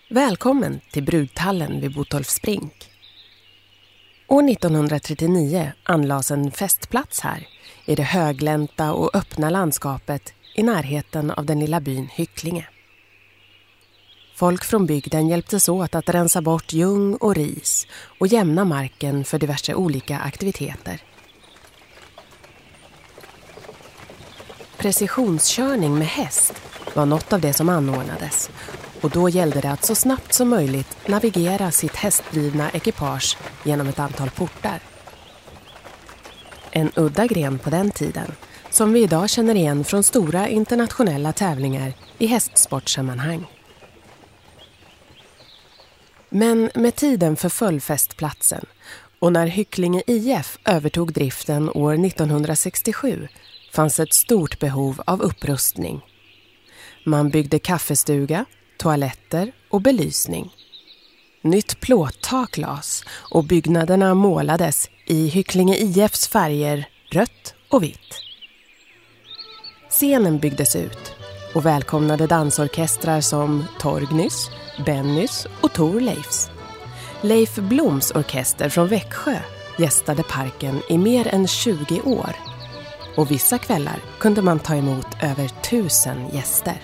Välkommen till Brudtallen vid Botolfsbrink. År 1939 anlades en festplats här i det höglänta och öppna landskapet i närheten av den lilla byn Hycklinge. Folk från bygden hjälptes åt att rensa bort ljung och ris och jämna marken för diverse olika aktiviteter. Precisionskörning med häst var något av det som anordnades, och då gällde det att så snabbt som möjligt navigera sitt hästdrivna ekipage genom ett antal portar. En udda gren på den tiden, som vi idag känner igen från stora internationella tävlingar i hästsportsammanhang. Men med tiden förföll festplatsen, och när Hycklinge IF övertog driften år 1967 fanns ett stort behov av upprustning. Man byggde kaffestuga, toaletter och belysning. Nytt plåttak las och byggnaderna målades i Hycklinge IFs färger rött och vitt. Scenen byggdes ut och välkomnade dansorkestrar som Torgnys, Bennys och Thorleifs. Leif Bloms orkester från Växjö gästade parken i mer än 20 år. Och vissa kvällar kunde man ta emot över 1000 gäster.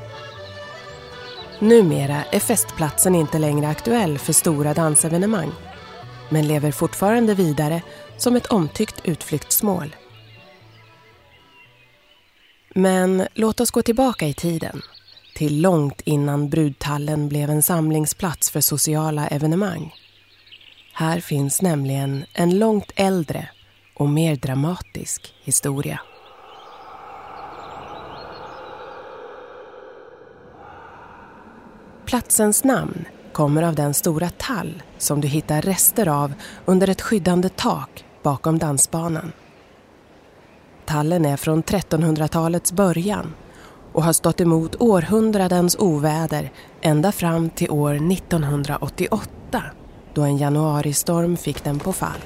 Numera är festplatsen inte längre aktuell för stora dansevenemang, men lever fortfarande vidare som ett omtyckt utflyktsmål. Men låt oss gå tillbaka i tiden, till långt innan Brudtallen blev en samlingsplats för sociala evenemang. Här finns nämligen en långt äldre och mer dramatisk historia. Platsens namn kommer av den stora tall som du hittar rester av under ett skyddande tak bakom dansbanan. Tallen är från 1300-talets början och har stått emot århundradens oväder ända fram till år 1988, då en januaristorm fick den på fall.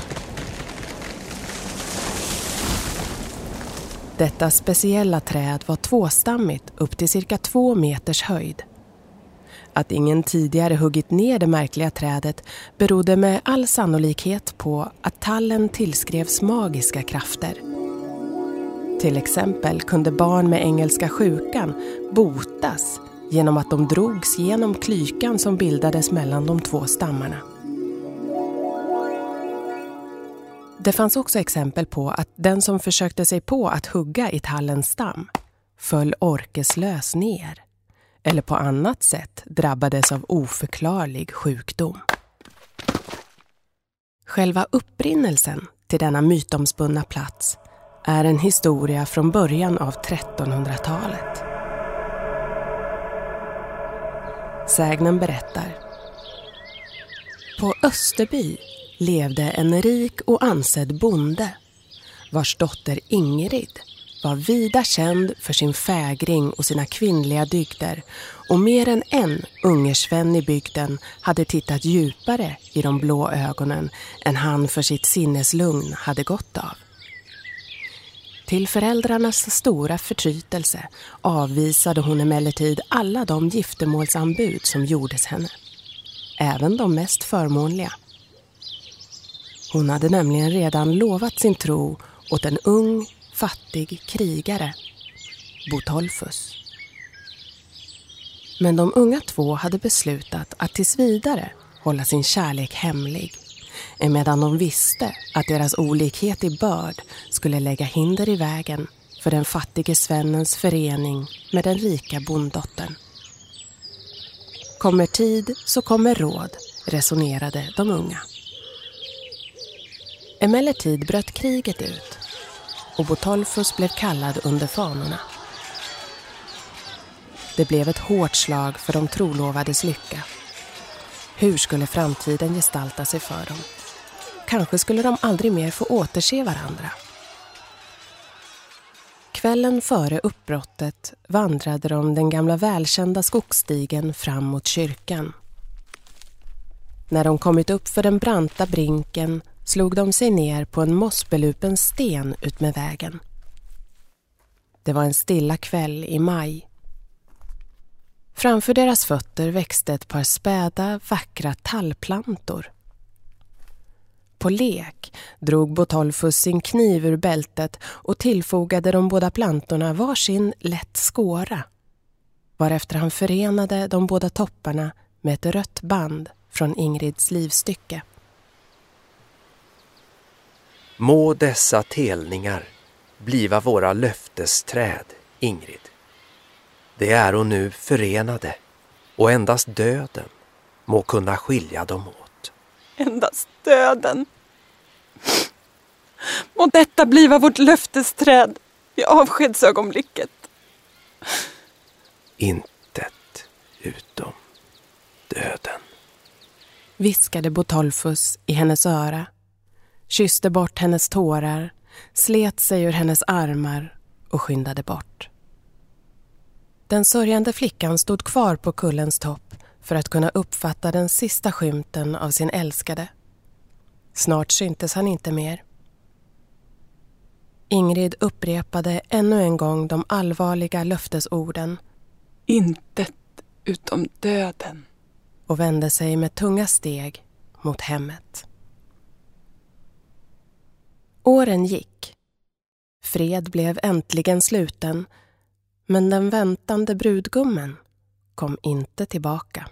Detta speciella träd var tvåstammigt upp till cirka 2 meters höjd. Att ingen tidigare huggit ner det märkliga trädet berodde med all sannolikhet på att tallen tillskrevs magiska krafter. Till exempel kunde barn med engelska sjukan botas genom att de drogs genom klykan som bildades mellan de 2 stammarna. Det fanns också exempel på att den som försökte sig på att hugga i tallens stam föll orkeslös ner eller på annat sätt drabbades av oförklarlig sjukdom. Själva upprinnelsen till denna mytomspunna plats är en historia från början av 1300-talet. Sägnen berättar: på Österby levde en rik och ansedd bonde, vars dotter Ingrid var vida känd för sin fägring och sina kvinnliga dygder, och mer än en ungersvän i bygden hade tittat djupare i de blå ögonen än han för sitt sinneslugn hade gått av. Till föräldrarnas stora förtrytelse avvisade hon emellertid alla de giftermålsanbud som gjordes henne, även de mest förmånliga. Hon hade nämligen redan lovat sin tro åt en ung, fattig krigare, Botolfus. Men de unga 2 hade beslutat att tills vidare hålla sin kärlek hemlig, emedan de visste att deras olikhet i börd skulle lägga hinder i vägen för den fattige svennens förening med den rika bonddottern. Kommer tid så kommer råd, resonerade de unga. Emellertid bröt kriget ut och Botolfus blev kallad under fanorna. Det blev ett hårt slag för de trolovades lycka. Hur skulle framtiden gestalta sig för dem? Kanske skulle de aldrig mer få återse varandra. Kvällen före uppbrottet vandrade de den gamla välkända skogsstigen fram mot kyrkan. När de kommit upp för den branta brinken slog de sig ner på en mossbelupen sten ut med vägen. Det var en stilla kväll i maj. Framför deras fötter växte ett par späda, vackra tallplantor. På lek drog Botolfus sin kniv ur bältet och tillfogade de båda plantorna varsin lätt skåra, varefter han förenade de båda topparna med ett rött band från Ingrids livstycke. Må dessa telningar bliva våra löftesträd, Ingrid. Det är och nu förenade, och endast döden må kunna skilja dem åt. Endast döden. Må detta bliva vårt löftesträd i avskedsögonblicket. Intet utom döden, Viskade Botolfus i hennes öra, kysste bort hennes tårar, slet sig ur hennes armar och skyndade bort. Den sörjande flickan stod kvar på kullens topp för att kunna uppfatta den sista skymten av sin älskade. Snart syntes han inte mer. Ingrid upprepade ännu en gång de allvarliga löftesorden. Intet utom döden. Och vände sig med tunga steg mot hemmet. Åren gick. Fred blev äntligen sluten, men den väntande brudgummen kom inte tillbaka.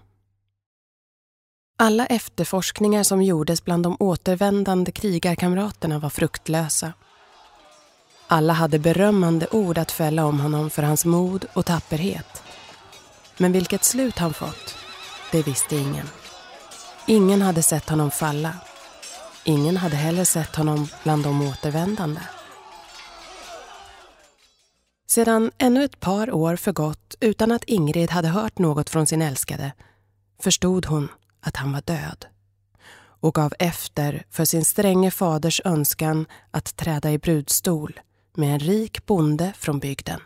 Alla efterforskningar som gjordes bland de återvändande krigarkamraterna var fruktlösa. Alla hade berömmande ord att fälla om honom för hans mod och tapperhet. Men vilket slut han fått, det visste ingen. Ingen hade sett honom falla. Ingen hade heller sett honom bland de återvändande. Sedan ännu ett par år förgått utan att Ingrid hade hört något från sin älskade, förstod hon att han var död och gav efter för sin stränge faders önskan att träda i brudstol med en rik bonde från bygden.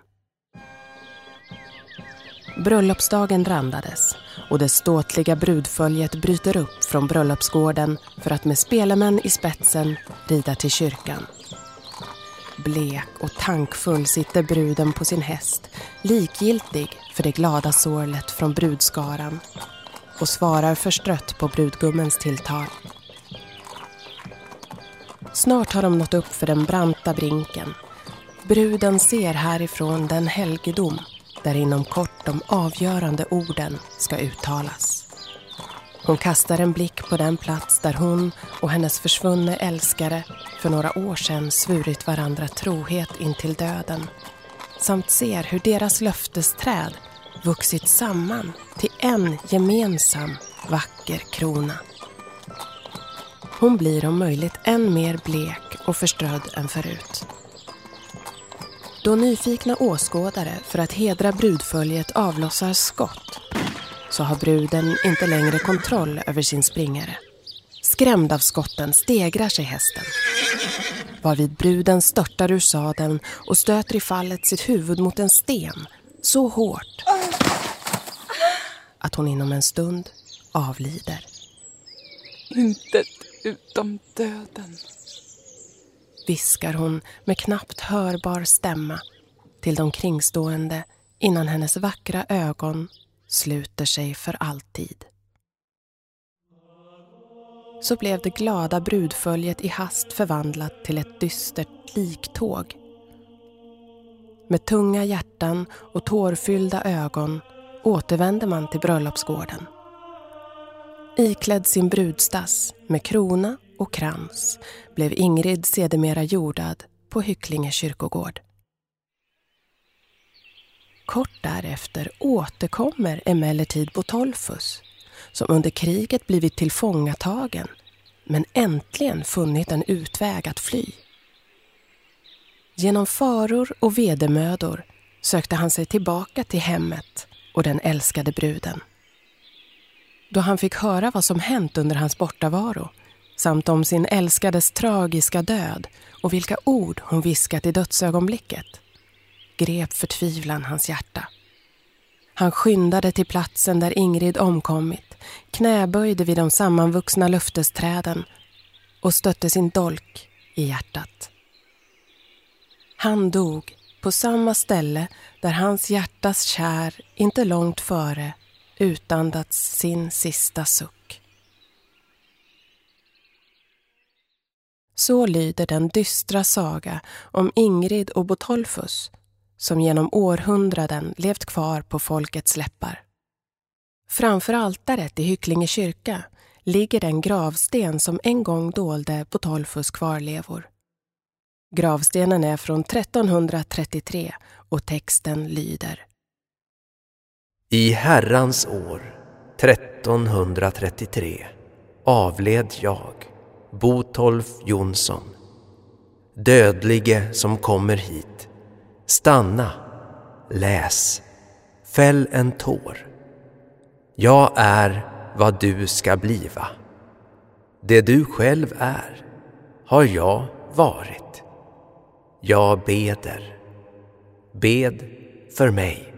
Bröllopsdagen randades och det ståtliga brudföljet bryter upp från bröllopsgården för att med spelemän i spetsen rida till kyrkan. Blek och tankfull sitter bruden på sin häst, likgiltig för det glada sorlet från brudskaran, och svarar förstrött på brudgummens tilltal. Snart har de nått upp för den branta brinken. Bruden ser härifrån den helgedom där inom kort de avgörande orden ska uttalas. Hon kastar en blick på den plats där hon och hennes försvunne älskare för några år sedan svurit varandra trohet intill döden, samt ser hur deras löftesträd vuxit samman till en gemensam vacker krona. Hon blir om möjligt än mer blek och förströdd än förut. Då nyfikna åskådare för att hedra brudföljet avlossar skott, så har bruden inte längre kontroll över sin springare. Skrämd av skotten stegrar sig hästen, varvid bruden störtar ur sadeln och stöter i fallet sitt huvud mot en sten så hårt att hon inom en stund avlider. Intet utom döden, viskar hon med knappt hörbar stämma till de kringstående innan hennes vackra ögon sluter sig för alltid. Så blev det glada brudföljet i hast förvandlat till ett dystert liktåg. Med tunga hjärtan och tårfyllda ögon återvände man till bröllopsgården. Iklädd sin brudstass med krona och krans blev Ingrid sedermera jordad på Hycklinge kyrkogård. Kort därefter återkommer emellertid Botolfus, som under kriget blivit tillfångatagen men äntligen funnit en utväg att fly. Genom faror och vedermödor sökte han sig tillbaka till hemmet och den älskade bruden. Då han fick höra vad som hänt under hans bortavaro, samt om sin älskades tragiska död och vilka ord hon viskat i dödsögonblicket, grep förtvivlan hans hjärta. Han skyndade till platsen där Ingrid omkommit, knäböjde vid de sammanvuxna löftesträden och stötte sin dolk i hjärtat. Han dog på samma ställe där hans hjärtas kär inte långt före utandats sin sista suck. Så lyder den dystra saga om Ingrid och Botolfus, som genom århundraden levt kvar på folkets läppar. Framför altaret i Hycklinge kyrka ligger den gravsten som en gång dolde Botolfus kvarlevor. Gravstenen är från 1333 och texten lyder: I Herrans år 1333 avled jag, Botolf Jonsson. Dödlige som kommer hit, stanna, läs, fäll en tår. Jag är vad du ska bliva. Det du själv är har jag varit. Jag beder. Bed för mig.